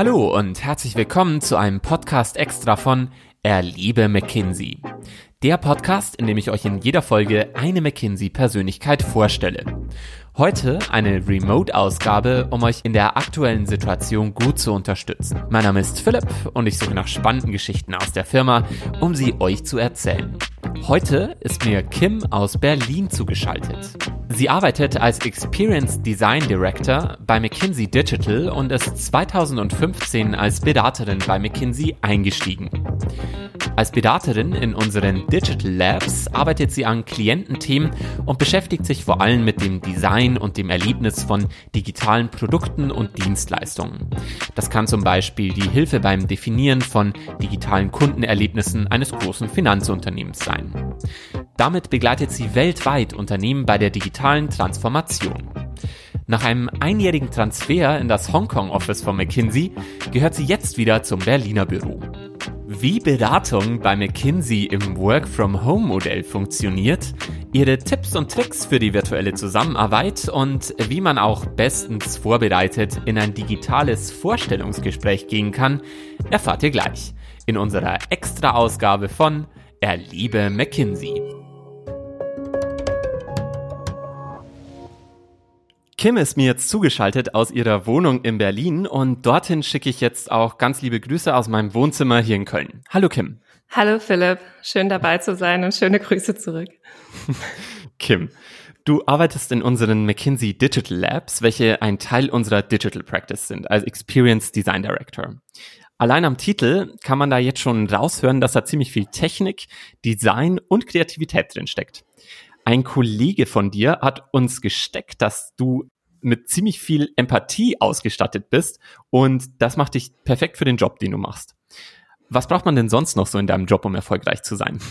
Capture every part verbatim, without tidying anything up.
Hallo und herzlich willkommen zu einem Podcast extra von Erlebe McKinsey. Der Podcast, in dem ich euch in jeder Folge eine McKinsey-Persönlichkeit vorstelle. Heute eine Remote-Ausgabe, um euch in der aktuellen Situation gut zu unterstützen. Mein Name ist Philipp und ich suche nach spannenden Geschichten aus der Firma, um sie euch zu erzählen. Heute ist mir Kim aus Berlin zugeschaltet. Sie arbeitet als Experience Design Director bei McKinsey Digital und ist zweitausendfünfzehn als Beraterin bei McKinsey eingestiegen. Als Beraterin in unseren Digital Labs arbeitet sie an Kliententhemen und beschäftigt sich vor allem mit dem Design und dem Erlebnis von digitalen Produkten und Dienstleistungen. Das kann zum Beispiel die Hilfe beim Definieren von digitalen Kundenerlebnissen eines großen Finanzunternehmens sein. Damit begleitet sie weltweit Unternehmen bei der digitalen Transformation. Nach einem einjährigen Transfer in das Hongkong-Office von McKinsey gehört sie jetzt wieder zum Berliner Büro. Wie Beratung bei McKinsey im Work-from-Home-Modell funktioniert, ihre Tipps und Tricks für die virtuelle Zusammenarbeit und wie man auch bestens vorbereitet in ein digitales Vorstellungsgespräch gehen kann, erfahrt ihr gleich in unserer Extra-Ausgabe von Erlebe McKinsey. Kim ist mir jetzt zugeschaltet aus ihrer Wohnung in Berlin und dorthin schicke ich jetzt auch ganz liebe Grüße aus meinem Wohnzimmer hier in Köln. Hallo Kim. Hallo Philipp, schön dabei zu sein und schöne Grüße zurück. Kim, du arbeitest in unseren McKinsey Digital Labs, welche ein Teil unserer Digital Practice sind, als Experience Design Director. Allein am Titel kann man da jetzt schon raushören, dass da ziemlich viel Technik, Design und Kreativität drin steckt. Ein Kollege von dir hat uns gesteckt, dass du mit ziemlich viel Empathie ausgestattet bist und das macht dich perfekt für den Job, den du machst. Was braucht man denn sonst noch so in deinem Job, um erfolgreich zu sein?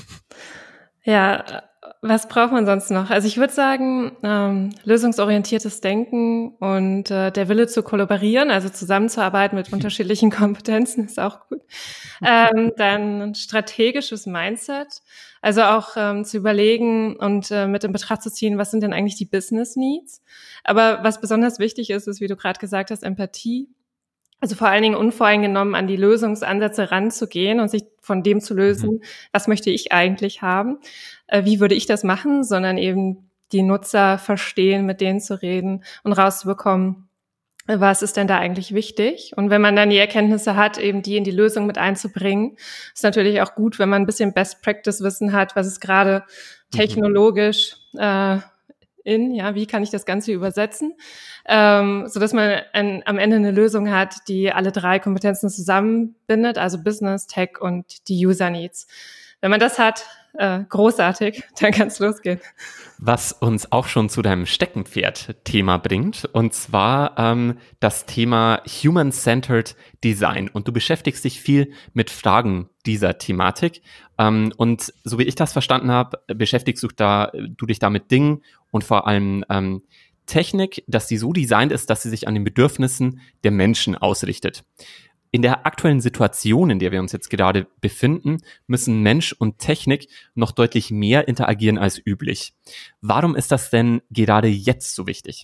Ja, was braucht man sonst noch? Also ich würde sagen, ähm, lösungsorientiertes Denken und äh, der Wille zu kollaborieren, also zusammenzuarbeiten mit unterschiedlichen Kompetenzen ist auch gut. Ähm, dann ein strategisches Mindset, also auch ähm, zu überlegen und äh, mit in Betracht zu ziehen, was sind denn eigentlich die Business Needs. Aber was besonders wichtig ist, ist, wie du gerade gesagt hast, Empathie. Also vor allen Dingen unvoreingenommen an die Lösungsansätze ranzugehen und sich von dem zu lösen, mhm. was möchte ich eigentlich haben, äh, wie würde ich das machen, sondern eben die Nutzer verstehen, mit denen zu reden und rauszubekommen, was ist denn da eigentlich wichtig. Und wenn man dann die Erkenntnisse hat, eben die in die Lösung mit einzubringen, ist natürlich auch gut, wenn man ein bisschen Best-Practice-Wissen hat, was ist gerade technologisch äh, in, ja, wie kann ich das Ganze übersetzen, ähm, so dass man ein, am Ende eine Lösung hat, die alle drei Kompetenzen zusammenbindet, also Business, Tech und die User Needs. Wenn man das hat, äh, großartig, dann kann es losgehen. Was uns auch schon zu deinem Steckenpferd-Thema bringt, und zwar ähm, das Thema Human-Centered Design. Und du beschäftigst dich viel mit Fragen dieser Thematik. Ähm, und so wie ich das verstanden habe, beschäftigst du, da, du dich da mit Dingen und vor allem ähm, Technik, dass die so designt ist, dass sie sich an den Bedürfnissen der Menschen ausrichtet. In der aktuellen Situation, in der wir uns jetzt gerade befinden, müssen Mensch und Technik noch deutlich mehr interagieren als üblich. Warum ist das denn gerade jetzt so wichtig?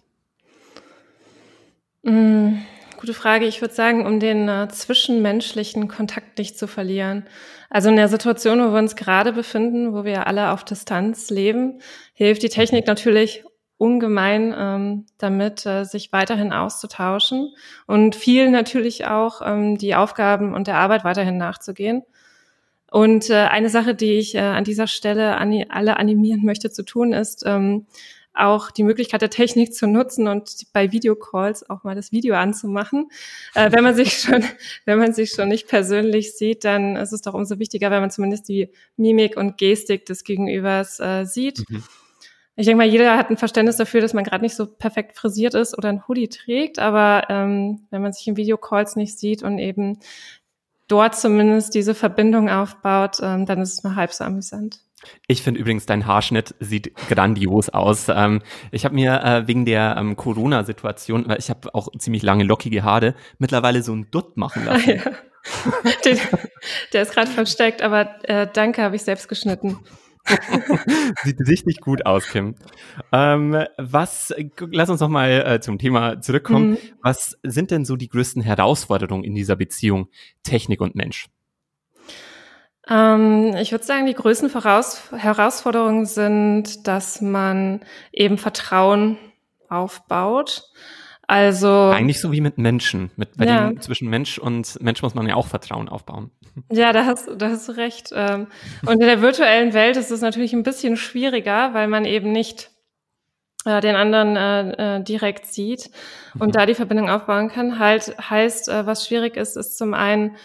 Mm, gute Frage. Ich würde sagen, um den äh, zwischenmenschlichen Kontakt nicht zu verlieren. Also in der Situation, wo wir uns gerade befinden, wo wir alle auf Distanz leben, hilft die Technik natürlich ungemein ähm, damit, äh, sich weiterhin auszutauschen und viel natürlich auch ähm, die Aufgaben und der Arbeit weiterhin nachzugehen. Und äh, eine Sache, die ich äh, an dieser Stelle an alle animieren möchte zu tun, ist ähm, auch die Möglichkeit der Technik zu nutzen und bei Videocalls auch mal das Video anzumachen. Äh, wenn man sich schon, wenn man sich schon nicht persönlich sieht, dann ist es doch umso wichtiger, wenn man zumindest die Mimik und Gestik des Gegenübers äh, sieht. Mhm. Ich denke mal, jeder hat ein Verständnis dafür, dass man gerade nicht so perfekt frisiert ist oder ein Hoodie trägt, aber ähm, wenn man sich in Videocalls nicht sieht und eben dort zumindest diese Verbindung aufbaut, ähm, dann ist es nur halb so amüsant. Ich finde übrigens, dein Haarschnitt sieht grandios aus. Ähm, ich habe mir äh, wegen der ähm, Corona-Situation, weil ich habe auch ziemlich lange lockige Haare, mittlerweile so einen Dutt machen lassen. Ja. Den, der ist gerade versteckt, aber äh, danke, habe ich selbst geschnitten. Sieht richtig gut aus, Kim. Ähm, was, lass uns noch mal äh, zum Thema zurückkommen. Mhm. Was sind denn so die größten Herausforderungen in dieser Beziehung Technik und Mensch? Ähm, ich würde sagen, die größten Voraus- Herausforderungen sind, dass man eben Vertrauen aufbaut. Also eigentlich so wie mit Menschen. Mit, bei ja. dem, zwischen Mensch und Mensch muss man ja auch Vertrauen aufbauen. Ja, da hast, da hast du recht. Und in der virtuellen Welt ist es natürlich ein bisschen schwieriger, weil man eben nicht äh, den anderen äh, direkt sieht und mhm. da die Verbindung aufbauen kann. Halt heißt, äh, was schwierig ist, ist zum einen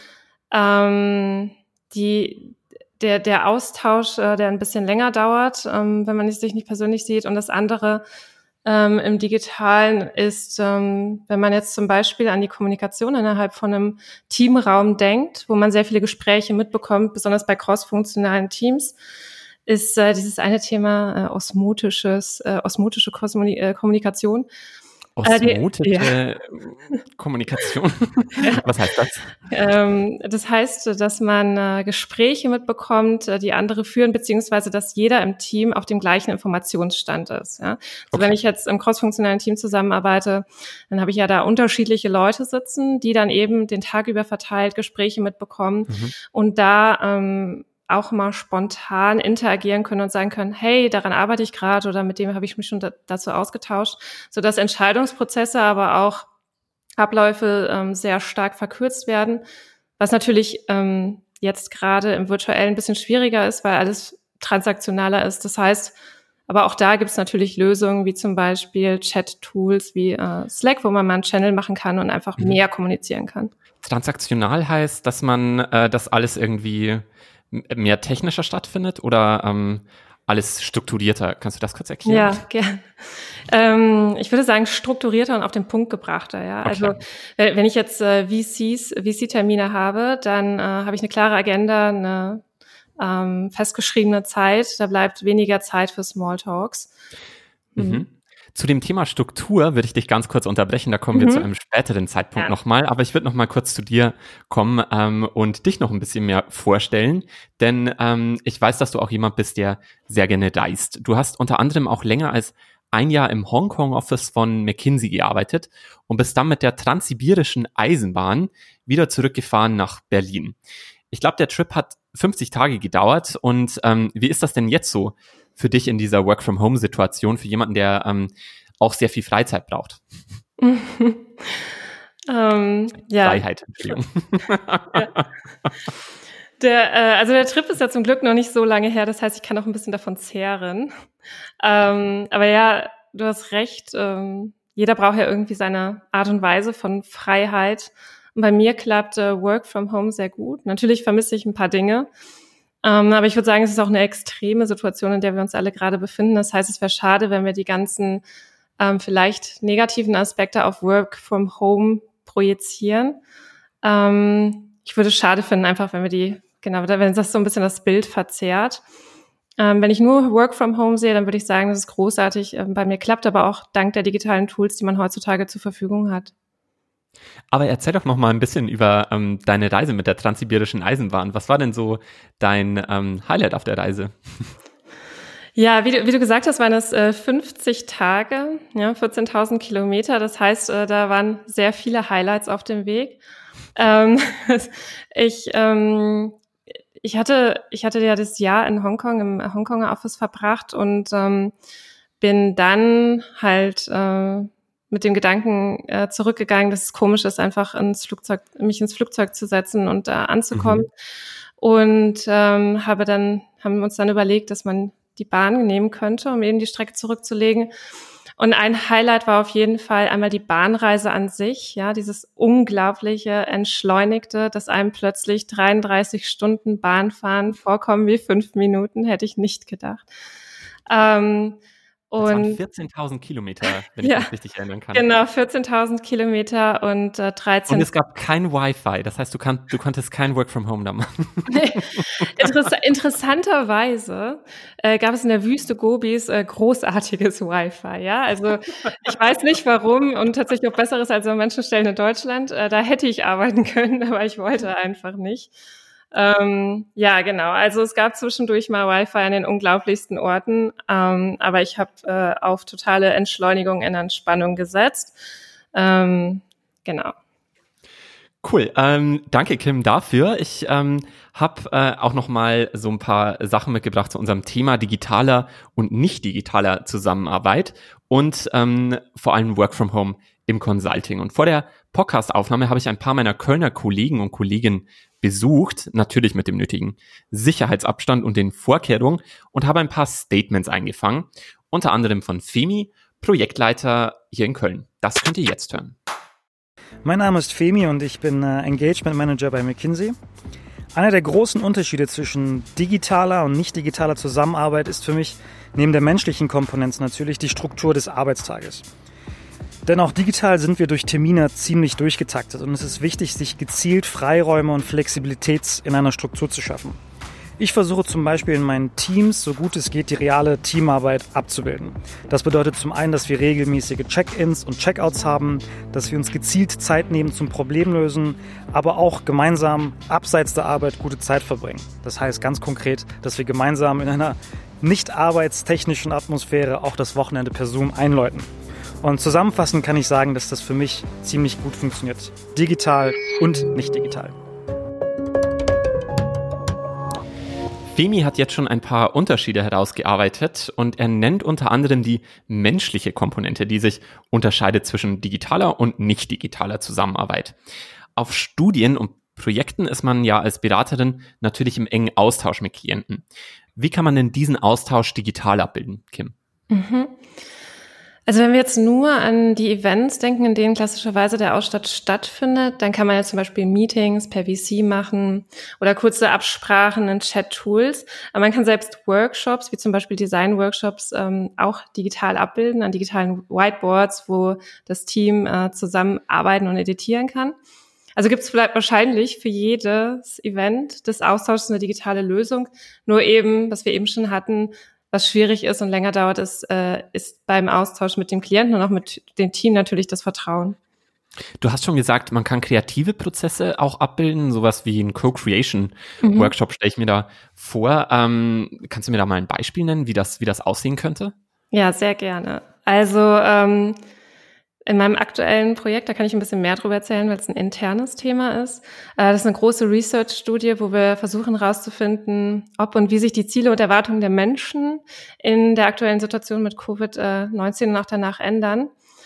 ähm, die der der Austausch, äh, der ein bisschen länger dauert, ähm, wenn man sich nicht persönlich sieht. Und das andere ähm, im Digitalen ist, ähm, wenn man jetzt zum Beispiel an die Kommunikation innerhalb von einem Teamraum denkt, wo man sehr viele Gespräche mitbekommt, besonders bei crossfunktionalen Teams, ist äh, dieses eine Thema äh, osmotisches, äh, osmotische Kosmoni- äh, Kommunikation. Osmotische äh, ja. Kommunikation. Ja. Was heißt das? Ähm, das heißt, dass man äh, Gespräche mitbekommt, äh, die andere führen, beziehungsweise dass jeder im Team auf dem gleichen Informationsstand ist. Ja? Also okay. Wenn ich jetzt im crossfunktionalen Team zusammenarbeite, dann habe ich ja da unterschiedliche Leute sitzen, die dann eben den Tag über verteilt Gespräche mitbekommen mhm. und da ähm, auch mal spontan interagieren können und sagen können, hey, daran arbeite ich gerade oder mit dem habe ich mich schon da, dazu ausgetauscht, sodass Entscheidungsprozesse, aber auch Abläufe ähm, sehr stark verkürzt werden, was natürlich ähm, jetzt gerade im Virtuellen ein bisschen schwieriger ist, weil alles transaktionaler ist. Das heißt, aber auch da gibt es natürlich Lösungen, wie zum Beispiel Chat-Tools wie äh, Slack, wo man mal einen Channel machen kann und einfach mhm. mehr kommunizieren kann. Transaktional heißt, dass man äh, das alles irgendwie mehr technischer stattfindet oder ähm, alles strukturierter? Kannst du das kurz erklären? Ja, gern. Ähm, ich würde sagen strukturierter und auf den Punkt gebrachter. Ja, okay. Also wenn ich jetzt äh, V Cs, V C-Termine habe, dann äh, habe ich eine klare Agenda, eine ähm, festgeschriebene Zeit. Da bleibt weniger Zeit für Smalltalks. Mhm. Mhm. Zu dem Thema Struktur würde ich dich ganz kurz unterbrechen, da kommen mhm. wir zu einem späteren Zeitpunkt ja. nochmal, aber ich würde nochmal kurz zu dir kommen ähm, und dich noch ein bisschen mehr vorstellen, denn ähm, ich weiß, dass du auch jemand bist, der sehr gerne reist. Du hast unter anderem auch länger als ein Jahr im Hongkong-Office von McKinsey gearbeitet und bist dann mit der Transsibirischen Eisenbahn wieder zurückgefahren nach Berlin. Ich glaube, der Trip hat fünfzig Tage gedauert und ähm, wie ist das denn jetzt so für dich in dieser Work-from-Home-Situation, für jemanden, der ähm, auch sehr viel Freizeit braucht? ähm, ja. Freiheit, Entschuldigung. ja. Der, äh, also der Trip ist ja zum Glück noch nicht so lange her, das heißt, ich kann auch ein bisschen davon zehren. Ähm, aber ja, du hast recht, ähm, jeder braucht ja irgendwie seine Art und Weise von Freiheit. Und bei mir klappt äh, Work from Home sehr gut. Natürlich vermisse ich ein paar Dinge. Ähm, aber ich würde sagen, es ist auch eine extreme Situation, in der wir uns alle gerade befinden. Das heißt, es wäre schade, wenn wir die ganzen ähm, vielleicht negativen Aspekte auf Work from Home projizieren. Ähm, ich würde es schade finden, einfach wenn wir die, genau, wenn das so ein bisschen das Bild verzerrt. Ähm, wenn ich nur Work from Home sehe, dann würde ich sagen, das ist großartig. Ähm, bei mir klappt aber auch dank der digitalen Tools, die man heutzutage zur Verfügung hat. Aber erzähl doch noch mal ein bisschen über ähm, deine Reise mit der Transsibirischen Eisenbahn. Was war denn so dein ähm, Highlight auf der Reise? Ja, wie du, wie du gesagt hast, waren es äh, fünfzig Tage, ja, vierzehntausend Kilometer. Das heißt, äh, da waren sehr viele Highlights auf dem Weg. Ähm, ich, ähm, ich hatte, ich hatte ja das Jahr in Hongkong im Hongkonger Office verbracht und ähm, bin dann halt äh, mit dem Gedanken äh, zurückgegangen, dass es komisch ist, einfach ins Flugzeug, mich ins Flugzeug zu setzen und da anzukommen. Mhm. Und ähm, habe dann, haben wir uns dann überlegt, dass man die Bahn nehmen könnte, um eben die Strecke zurückzulegen. Und ein Highlight war auf jeden Fall einmal die Bahnreise an sich, ja, dieses unglaubliche, entschleunigte, dass einem plötzlich dreiunddreißig Stunden Bahnfahren vorkommen wie fünf Minuten, hätte ich nicht gedacht. Ähm, Das waren vierzehntausend Kilometer, wenn ja, ich mich richtig erinnern kann. Genau, vierzehntausend Kilometer und äh, dreizehn. Und es gab kein Wi-Fi, das heißt, du, kann, du konntest kein Work from Home da machen. Nee. Interess- interessanterweise äh, gab es in der Wüste Gobis äh, großartiges Wi-Fi, ja. Also ich weiß nicht warum und tatsächlich auch besseres als an manchen Stellen in Deutschland. Äh, da hätte ich arbeiten können, aber ich wollte einfach nicht. Ähm, ja, genau. Also es gab zwischendurch mal Wi-Fi an den unglaublichsten Orten, ähm, aber ich habe äh, auf totale Entschleunigung in Entspannung gesetzt. Ähm, genau. Cool, ähm, danke Kim dafür. Ich ähm, habe äh, auch noch mal so ein paar Sachen mitgebracht zu unserem Thema digitaler und nicht digitaler Zusammenarbeit und ähm, vor allem Work from Home im Consulting. Und vor der Podcast-Aufnahme habe ich ein paar meiner Kölner Kollegen und Kolleginnen besucht, natürlich mit dem nötigen Sicherheitsabstand und den Vorkehrungen, und habe ein paar Statements eingefangen, unter anderem von Femi, Projektleiter hier in Köln. Das könnt ihr jetzt hören. Mein Name ist Femi und ich bin äh, Engagement Manager bei McKinsey. Einer der großen Unterschiede zwischen digitaler und nicht digitaler Zusammenarbeit ist für mich neben der menschlichen Komponenz natürlich die Struktur des Arbeitstages. Denn auch digital sind wir durch Termine ziemlich durchgetaktet und es ist wichtig, sich gezielt Freiräume und Flexibilität in einer Struktur zu schaffen. Ich versuche zum Beispiel in meinen Teams, so gut es geht, die reale Teamarbeit abzubilden. Das bedeutet zum einen, dass wir regelmäßige Check-ins und Check-outs haben, dass wir uns gezielt Zeit nehmen zum Problemlösen, aber auch gemeinsam abseits der Arbeit gute Zeit verbringen. Das heißt ganz konkret, dass wir gemeinsam in einer nicht arbeitstechnischen Atmosphäre auch das Wochenende per Zoom einläuten. Und zusammenfassend kann ich sagen, dass das für mich ziemlich gut funktioniert. Digital und nicht digital. Femi hat jetzt schon ein paar Unterschiede herausgearbeitet und er nennt unter anderem die menschliche Komponente, die sich unterscheidet zwischen digitaler und nicht digitaler Zusammenarbeit. Auf Studien und Projekten ist man ja als Beraterin natürlich im engen Austausch mit Klienten. Wie kann man denn diesen Austausch digital abbilden, Kim? Mhm. Also wenn wir jetzt nur an die Events denken, in denen klassischerweise der Austausch stattfindet, dann kann man ja zum Beispiel Meetings per V C machen oder kurze Absprachen in Chat-Tools. Aber man kann selbst Workshops, wie zum Beispiel Design-Workshops, ähm, auch digital abbilden, an digitalen Whiteboards, wo das Team äh, zusammenarbeiten und editieren kann. Also gibt es vielleicht wahrscheinlich für jedes Event des Austauschs eine digitale Lösung. Nur eben, was wir eben schon hatten, was schwierig ist und länger dauert, ist, äh, ist beim Austausch mit dem Klienten und auch mit dem Team natürlich das Vertrauen. Du hast schon gesagt, man kann kreative Prozesse auch abbilden, sowas wie ein Co-Creation-Workshop mhm. stelle ich mir da vor. Ähm, kannst du mir da mal ein Beispiel nennen, wie das, wie das aussehen könnte? Ja, sehr gerne. Also ähm, in meinem aktuellen Projekt, da kann ich ein bisschen mehr drüber erzählen, weil es ein internes Thema ist. Das ist eine große Research-Studie, wo wir versuchen herauszufinden, ob und wie sich die Ziele und Erwartungen der Menschen in der aktuellen Situation mit Covid neunzehn und auch danach ändern.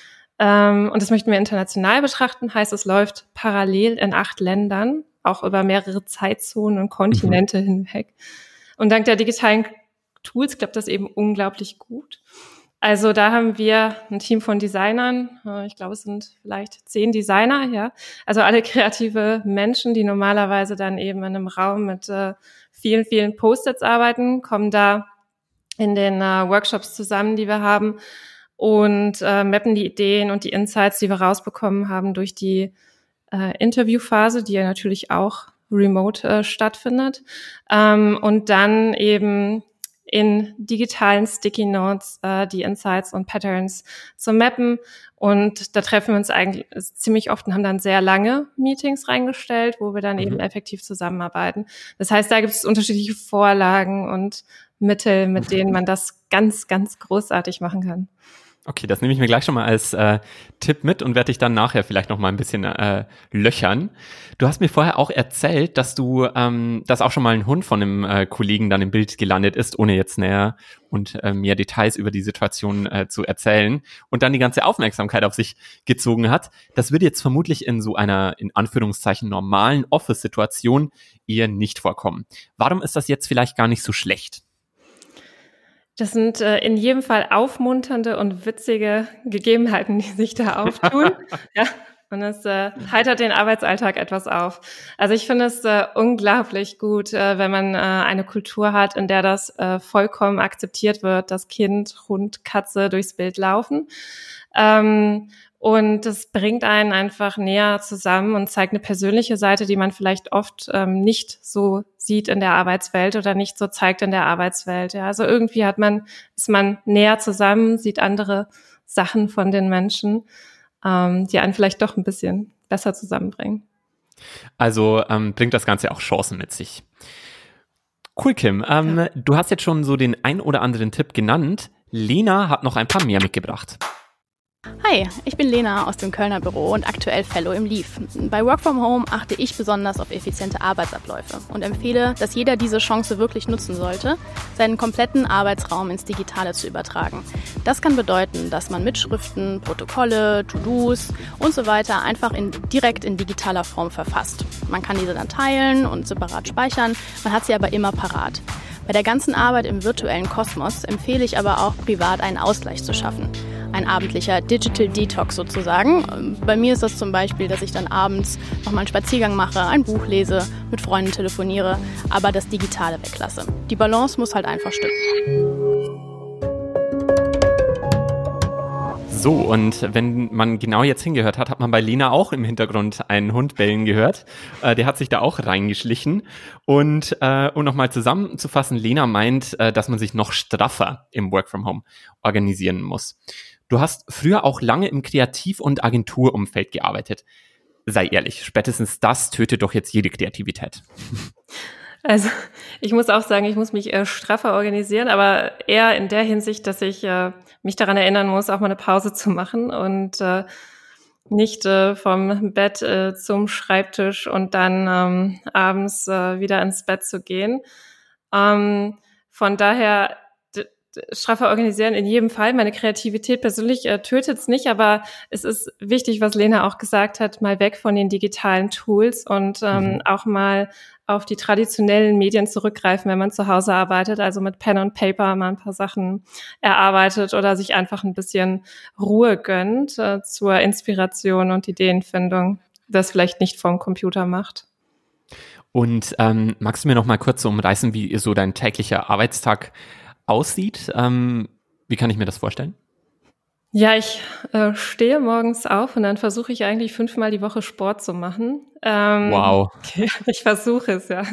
Und das möchten wir international betrachten, heißt, es läuft parallel in acht Ländern, auch über mehrere Zeitzonen und Kontinente mhm. hinweg. Und dank der digitalen Tools klappt das eben unglaublich gut. Also da haben wir ein Team von Designern, ich glaube, es sind vielleicht zehn Designer, ja. Also alle kreative Menschen, die normalerweise dann eben in einem Raum mit äh, vielen, vielen Post-its arbeiten, kommen da in den äh, Workshops zusammen, die wir haben und äh, mappen die Ideen und die Insights, die wir rausbekommen haben, durch die äh, Interviewphase, die ja natürlich auch remote äh, stattfindet. Ähm, und dann eben in digitalen Sticky Notes äh, die Insights und Patterns zu mappen. Und da treffen wir uns eigentlich ziemlich oft und haben dann sehr lange Meetings reingestellt, wo wir dann mhm. eben effektiv zusammenarbeiten. Das heißt, da gibt es unterschiedliche Vorlagen und Mittel, mit denen man das ganz, ganz großartig machen kann. Okay, das nehme ich mir gleich schon mal als äh, Tipp mit und werde dich dann nachher vielleicht noch mal ein bisschen äh, löchern. Du hast mir vorher auch erzählt, dass du, ähm, dass auch schon mal ein Hund von einem äh, Kollegen dann im Bild gelandet ist, ohne jetzt näher und äh, mehr Details über die Situation äh, zu erzählen und dann die ganze Aufmerksamkeit auf sich gezogen hat. Das würde jetzt vermutlich in so einer, in Anführungszeichen, normalen Office-Situation eher nicht vorkommen. Warum ist das jetzt vielleicht gar nicht so schlecht? Das sind äh, in jedem Fall aufmunternde und witzige Gegebenheiten, die sich da auftun. Ja, und es äh, heitert den Arbeitsalltag etwas auf. Also ich finde es äh, unglaublich gut, äh, wenn man äh, eine Kultur hat, in der das äh, vollkommen akzeptiert wird, dass Kind, Hund, Katze durchs Bild laufen. Ähm, Und das bringt einen einfach näher zusammen und zeigt eine persönliche Seite, die man vielleicht oft ähm, nicht so sieht in der Arbeitswelt oder nicht so zeigt in der Arbeitswelt. Ja, also irgendwie hat man, ist man näher zusammen, sieht andere Sachen von den Menschen, ähm, die einen vielleicht doch ein bisschen besser zusammenbringen. Also ähm, bringt das Ganze auch Chancen mit sich. Cool, Kim. Ähm, ja. Du hast jetzt schon so den ein oder anderen Tipp genannt. Lena hat noch ein paar mehr mitgebracht. Hi, ich bin Lena aus dem Kölner Büro und aktuell Fellow im Leaf. Bei Work from Home achte ich besonders auf effiziente Arbeitsabläufe und empfehle, dass jeder diese Chance wirklich nutzen sollte, seinen kompletten Arbeitsraum ins Digitale zu übertragen. Das kann bedeuten, dass man Mitschriften, Protokolle, To-Dos und so weiter einfach in, direkt in digitaler Form verfasst. Man kann diese dann teilen und separat speichern, man hat sie aber immer parat. Bei der ganzen Arbeit im virtuellen Kosmos empfehle ich aber auch, privat einen Ausgleich zu schaffen. Ein abendlicher Digital Detox sozusagen. Bei mir ist das zum Beispiel, dass ich dann abends nochmal einen Spaziergang mache, ein Buch lese, mit Freunden telefoniere, aber das Digitale weglasse. Die Balance muss halt einfach stimmen. So, und wenn man genau jetzt hingehört hat, hat man bei Lena auch im Hintergrund einen Hund bellen gehört. Äh, der hat sich da auch reingeschlichen. Und äh, um nochmal zusammenzufassen, Lena meint, äh, dass man sich noch straffer im Work from Home organisieren muss. Du hast früher auch lange im Kreativ- und Agenturumfeld gearbeitet. Sei ehrlich, spätestens das tötet doch jetzt jede Kreativität. Also ich muss auch sagen, ich muss mich äh, straffer organisieren, aber eher in der Hinsicht, dass ich äh, mich daran erinnern muss, auch mal eine Pause zu machen und äh, nicht äh, vom Bett äh, zum Schreibtisch und dann ähm, abends äh, wieder ins Bett zu gehen. Ähm, von daher d- d- straffer organisieren in jedem Fall. Meine Kreativität persönlich äh, tötet es nicht, aber es ist wichtig, was Lena auch gesagt hat, mal weg von den digitalen Tools und ähm, mhm. auch mal auf die traditionellen Medien zurückgreifen, wenn man zu Hause arbeitet, also mit Pen und Paper mal ein paar Sachen erarbeitet oder sich einfach ein bisschen Ruhe gönnt äh, zur Inspiration und Ideenfindung, das vielleicht nicht vom Computer macht. Und ähm, magst du mir noch mal kurz so umreißen, wie so dein täglicher Arbeitstag aussieht? Ähm, wie kann ich mir das vorstellen? Ja, ich äh, stehe morgens auf und dann versuche ich eigentlich fünfmal die Woche Sport zu machen. Ähm, wow. Ich versuche es, ja.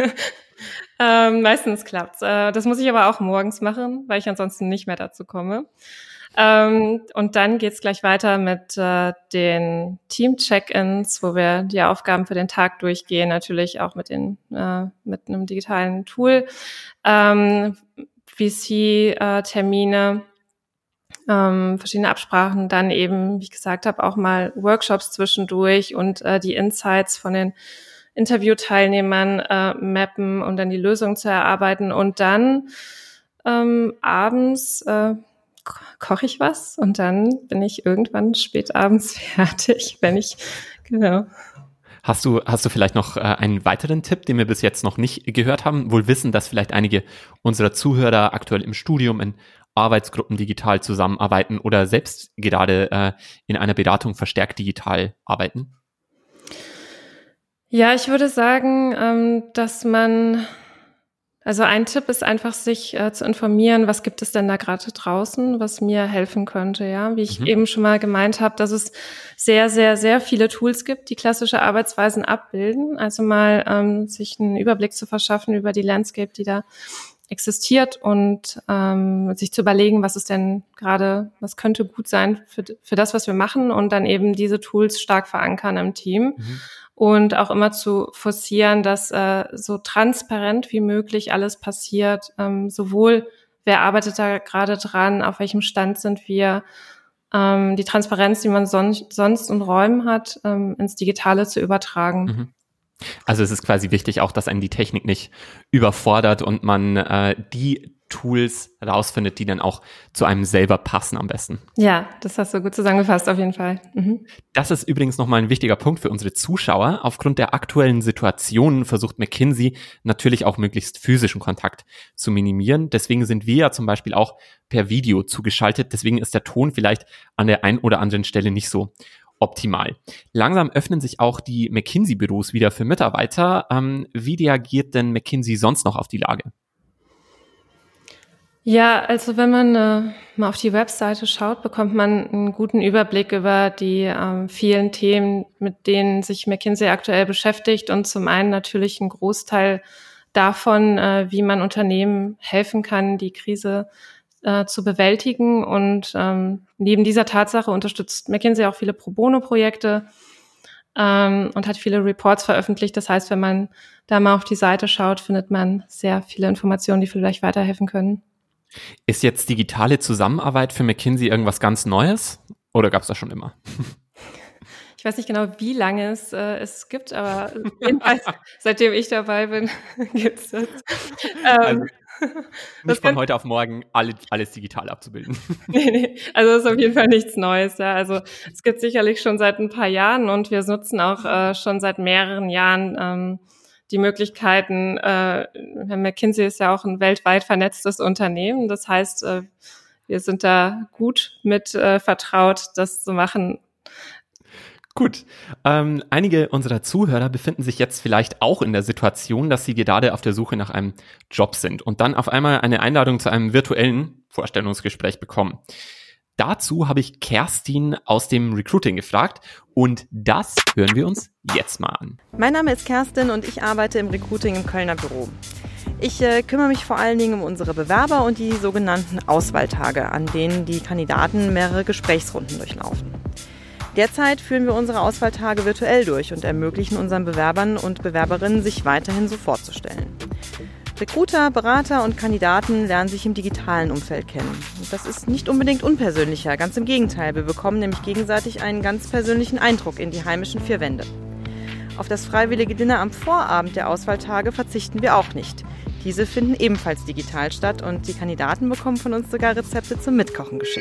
ähm, meistens klappt's. Äh, das muss ich aber auch morgens machen, weil ich ansonsten nicht mehr dazu komme. Ähm, und dann geht's gleich weiter mit äh, den Team-Check-ins, wo wir die Aufgaben für den Tag durchgehen, natürlich auch mit den äh, mit einem digitalen Tool, ähm, V C-Termine, Ähm, verschiedene Absprachen, dann eben, wie ich gesagt habe, auch mal Workshops zwischendurch und äh, die Insights von den Interviewteilnehmern äh, mappen, um dann die Lösung zu erarbeiten. Und dann ähm, abends äh, ko- koche ich was und dann bin ich irgendwann spät abends fertig, wenn ich, genau. Hast du, hast du vielleicht noch äh, einen weiteren Tipp, den wir bis jetzt noch nicht gehört haben? Wohl wissen, dass vielleicht einige unserer Zuhörer aktuell im Studium in Arbeitsgruppen digital zusammenarbeiten oder selbst gerade äh, in einer Beratung verstärkt digital arbeiten? Ja, ich würde sagen, ähm, dass man, also ein Tipp ist einfach, sich äh, zu informieren, was gibt es denn da gerade draußen, was mir helfen könnte, ja. Wie ich mhm. eben schon mal gemeint habe, dass es sehr, sehr, sehr viele Tools gibt, die klassische Arbeitsweisen abbilden. Also mal ähm, sich einen Überblick zu verschaffen über die Landscape, die da existiert und ähm, sich zu überlegen, was ist denn gerade, was könnte gut sein für, für das, was wir machen und dann eben diese Tools stark verankern im Team mhm. und auch immer zu forcieren, dass äh, so transparent wie möglich alles passiert, ähm, sowohl wer arbeitet da gerade dran, auf welchem Stand sind wir, ähm, die Transparenz, die man son- sonst in Räumen hat, ähm, ins Digitale zu übertragen. Mhm. Also es ist quasi wichtig auch, dass einen die Technik nicht überfordert und man äh, die Tools rausfindet, die dann auch zu einem selber passen am besten. Ja, das hast du gut zusammengefasst, auf jeden Fall. Mhm. Das ist übrigens nochmal ein wichtiger Punkt für unsere Zuschauer. Aufgrund der aktuellen Situation versucht McKinsey natürlich auch möglichst physischen Kontakt zu minimieren. Deswegen sind wir ja zum Beispiel auch per Video zugeschaltet. Deswegen ist der Ton vielleicht an der einen oder anderen Stelle nicht so optimal. Langsam öffnen sich auch die McKinsey-Büros wieder für Mitarbeiter. Ähm, wie reagiert denn McKinsey sonst noch auf die Lage? Ja, also wenn man äh, mal auf die Webseite schaut, bekommt man einen guten Überblick über die ähm, vielen Themen, mit denen sich McKinsey aktuell beschäftigt und zum einen natürlich einen Großteil davon, äh, wie man Unternehmen helfen kann, die Krise äh, zu bewältigen. Und ähm, neben dieser Tatsache unterstützt McKinsey auch viele Pro-Bono-Projekte. ähm, und hat viele Reports veröffentlicht. Das heißt, wenn man da mal auf die Seite schaut, findet man sehr viele Informationen, die vielleicht weiterhelfen können. Ist jetzt digitale Zusammenarbeit für McKinsey irgendwas ganz Neues oder gab es das schon immer? Ich weiß nicht genau, wie lange es äh, es gibt, aber jedenfalls, seitdem ich dabei bin, gibt es das. Ähm, also, nicht von heute auf morgen alle, alles digital abzubilden. Nee, nee, also das ist auf jeden Fall nichts Neues. Ja. Also es gibt sicherlich schon seit ein paar Jahren und wir nutzen auch äh, schon seit mehreren Jahren ähm, die Möglichkeiten. Äh, McKinsey ist ja auch ein weltweit vernetztes Unternehmen. Das heißt, äh, wir sind da gut mit äh, vertraut, das zu machen. Gut. Ähm, einige unserer Zuhörer befinden sich jetzt vielleicht auch in der Situation, dass sie gerade auf der Suche nach einem Job sind und dann auf einmal eine Einladung zu einem virtuellen Vorstellungsgespräch bekommen. Dazu habe ich Kerstin aus dem Recruiting gefragt und das hören wir uns jetzt mal an. Mein Name ist Kerstin und ich arbeite im Recruiting im Kölner Büro. Ich äh, kümmere mich vor allen Dingen um unsere Bewerber und die sogenannten Auswahltage, an denen die Kandidaten mehrere Gesprächsrunden durchlaufen. Derzeit führen wir unsere Auswahltage virtuell durch und ermöglichen unseren Bewerbern und Bewerberinnen, sich weiterhin so vorzustellen. Recruiter, Berater und Kandidaten lernen sich im digitalen Umfeld kennen. Und das ist nicht unbedingt unpersönlicher, ganz im Gegenteil. Wir bekommen nämlich gegenseitig einen ganz persönlichen Eindruck in die heimischen vier Wände. Auf das freiwillige Dinner am Vorabend der Auswahltage verzichten wir auch nicht. Diese finden ebenfalls digital statt und die Kandidaten bekommen von uns sogar Rezepte zum Mitkochen geschickt.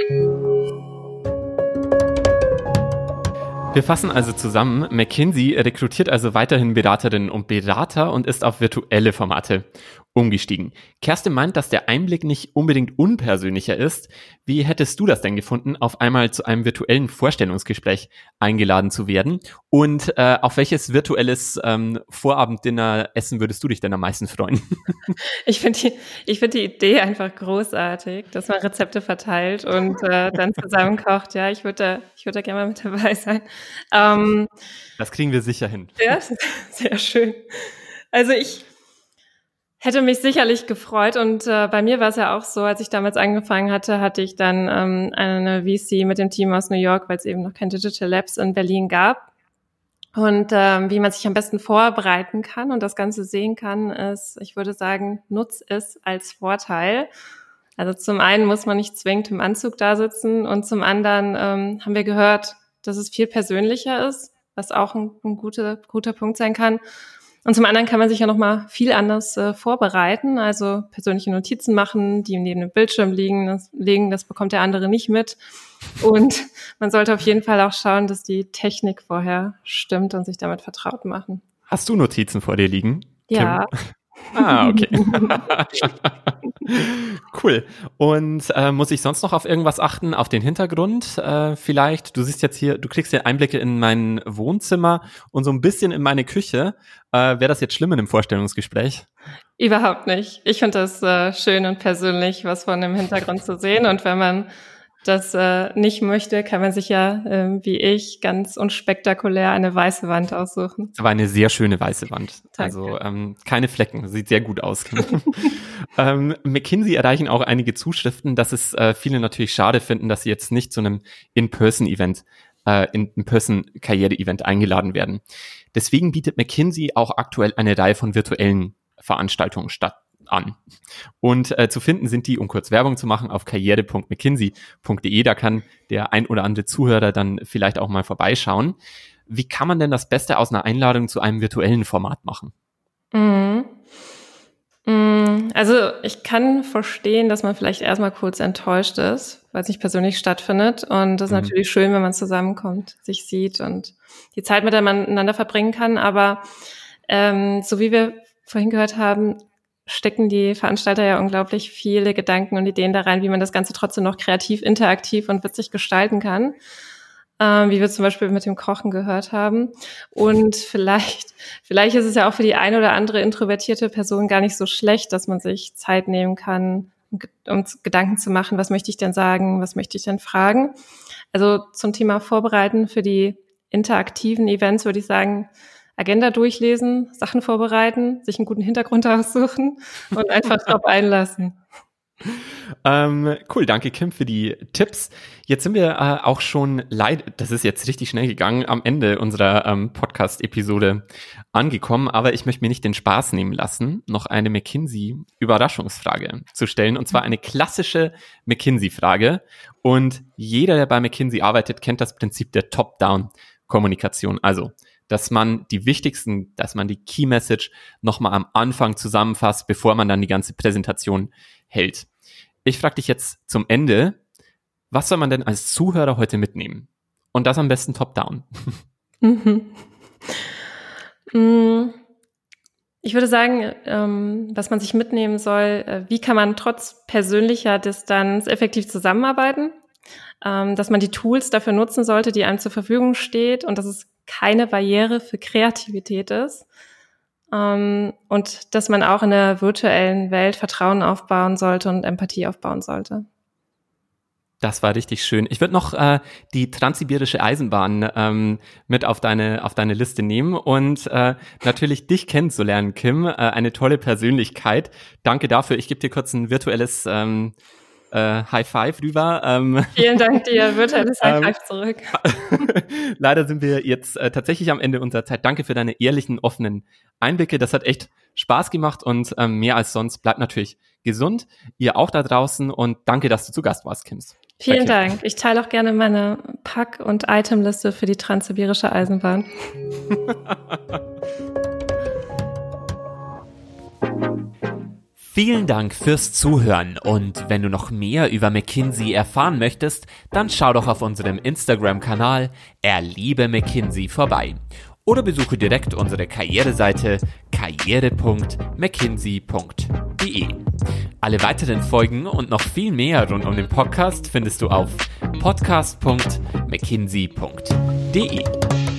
Wir fassen also zusammen, McKinsey rekrutiert also weiterhin Beraterinnen und Berater und ist auf virtuelle Formate umgestiegen. Kerstin meint, dass der Einblick nicht unbedingt unpersönlicher ist. Wie hättest du das denn gefunden, auf einmal zu einem virtuellen Vorstellungsgespräch eingeladen zu werden? Und äh, auf welches virtuelles ähm, Vorabenddinner essen würdest du dich denn am meisten freuen? Ich finde die, ich finde die Idee einfach großartig, dass man Rezepte verteilt und äh, dann zusammen kocht. Ja, ich würde da, ich würde da gerne mal mit dabei sein. Ähm, das kriegen wir sicher hin. Ja, sehr schön. Also ich hätte mich sicherlich gefreut und äh, bei mir war es ja auch so, als ich damals angefangen hatte, hatte ich dann ähm, eine V C mit dem Team aus New York, weil es eben noch kein Digital Labs in Berlin gab. Und ähm, wie man sich am besten vorbereiten kann und das Ganze sehen kann, ist, ich würde sagen, nutz es als Vorteil. Also zum einen muss man nicht zwingend im Anzug da sitzen und zum anderen ähm, haben wir gehört, dass es viel persönlicher ist, was auch ein, ein guter, guter Punkt sein kann. Und zum anderen kann man sich ja noch mal viel anders äh, vorbereiten, also persönliche Notizen machen, die neben dem Bildschirm liegen, das, liegen, das bekommt der andere nicht mit. Und man sollte auf jeden Fall auch schauen, dass die Technik vorher stimmt und sich damit vertraut machen. Hast du Notizen vor dir liegen? Ja. Kim? Ah, okay. Cool. Und äh, muss ich sonst noch auf irgendwas achten? Auf den Hintergrund äh, vielleicht? Du siehst jetzt hier, du kriegst hier Einblicke in mein Wohnzimmer und so ein bisschen in meine Küche. Äh, Wäre das jetzt schlimm in einem Vorstellungsgespräch? Überhaupt nicht. Ich finde das äh, schön und persönlich, was von dem Hintergrund zu sehen. Und wenn man das äh, nicht möchte, kann man sich ja, äh, wie ich, ganz unspektakulär eine weiße Wand aussuchen. Aber eine sehr schöne weiße Wand. Danke. Also ähm, keine Flecken. Sieht sehr gut aus. ähm, McKinsey erreichen auch einige Zuschriften, dass es äh, viele natürlich schade finden, dass sie jetzt nicht zu einem In-Person-Event, äh, In-Person-Karriere-Event eingeladen werden. Deswegen bietet McKinsey auch aktuell eine Reihe von virtuellen Veranstaltungen statt. an. Und äh, zu finden sind die, um kurz Werbung zu machen, auf karriere punkt mckinsey punkt de. Da kann der ein oder andere Zuhörer dann vielleicht auch mal vorbeischauen. Wie kann man denn das Beste aus einer Einladung zu einem virtuellen Format machen? Mhm. Also ich kann verstehen, dass man vielleicht erstmal kurz enttäuscht ist, weil es nicht persönlich stattfindet. Und das ist mhm. natürlich schön, wenn man zusammenkommt, sich sieht und die Zeit miteinander verbringen kann. Aber ähm, so wie wir vorhin gehört haben, stecken die Veranstalter ja unglaublich viele Gedanken und Ideen da rein, wie man das Ganze trotzdem noch kreativ, interaktiv und witzig gestalten kann. Ähm, wie wir zum Beispiel mit dem Kochen gehört haben. Und vielleicht, vielleicht ist es ja auch für die eine oder andere introvertierte Person gar nicht so schlecht, dass man sich Zeit nehmen kann, um Gedanken zu machen, was möchte ich denn sagen, was möchte ich denn fragen. Also zum Thema Vorbereiten für die interaktiven Events würde ich sagen, Agenda durchlesen, Sachen vorbereiten, sich einen guten Hintergrund aussuchen und einfach drauf einlassen. ähm, cool, danke Kim für die Tipps. Jetzt sind wir äh, auch schon leider, das ist jetzt richtig schnell gegangen, am Ende unserer ähm, Podcast-Episode angekommen, aber ich möchte mir nicht den Spaß nehmen lassen, noch eine McKinsey-Überraschungsfrage zu stellen, und zwar eine klassische McKinsey-Frage, und jeder, der bei McKinsey arbeitet, kennt das Prinzip der Top-Down-Kommunikation, also dass man die wichtigsten, dass man die Key Message nochmal am Anfang zusammenfasst, bevor man dann die ganze Präsentation hält. Ich frage dich jetzt zum Ende, was soll man denn als Zuhörer heute mitnehmen? Und das am besten top-down. Mhm. Ich würde sagen, was man sich mitnehmen soll, wie kann man trotz persönlicher Distanz effektiv zusammenarbeiten, dass man die Tools dafür nutzen sollte, die einem zur Verfügung steht, und dass es keine Barriere für Kreativität ist, ähm, und dass man auch in der virtuellen Welt Vertrauen aufbauen sollte und Empathie aufbauen sollte. Das war richtig schön. Ich würde noch äh, die Transsibirische Eisenbahn ähm, mit auf deine auf deine Liste nehmen und äh, natürlich dich kennenzulernen, Kim. Äh, eine tolle Persönlichkeit. Danke dafür. Ich gebe dir kurz ein virtuelles ähm, Äh, High Five rüber. Ähm, Vielen Dank dir, virtuelles High Five zurück. Leider sind wir jetzt äh, tatsächlich am Ende unserer Zeit. Danke für deine ehrlichen, offenen Einblicke. Das hat echt Spaß gemacht und ähm, mehr als sonst. Bleibt natürlich gesund. Ihr auch da draußen, und danke, dass du zu Gast warst, Kims. Vielen Dank. Ich teile auch gerne meine Pack- und Itemliste für die Transsibirische Eisenbahn. Vielen Dank fürs Zuhören, und wenn du noch mehr über McKinsey erfahren möchtest, dann schau doch auf unserem Instagram-Kanal Erliebe McKinsey vorbei oder besuche direkt unsere Karriereseite karriere punkt mckinsey punkt de. Alle weiteren Folgen und noch viel mehr rund um den Podcast findest du auf podcast punkt mckinsey punkt de.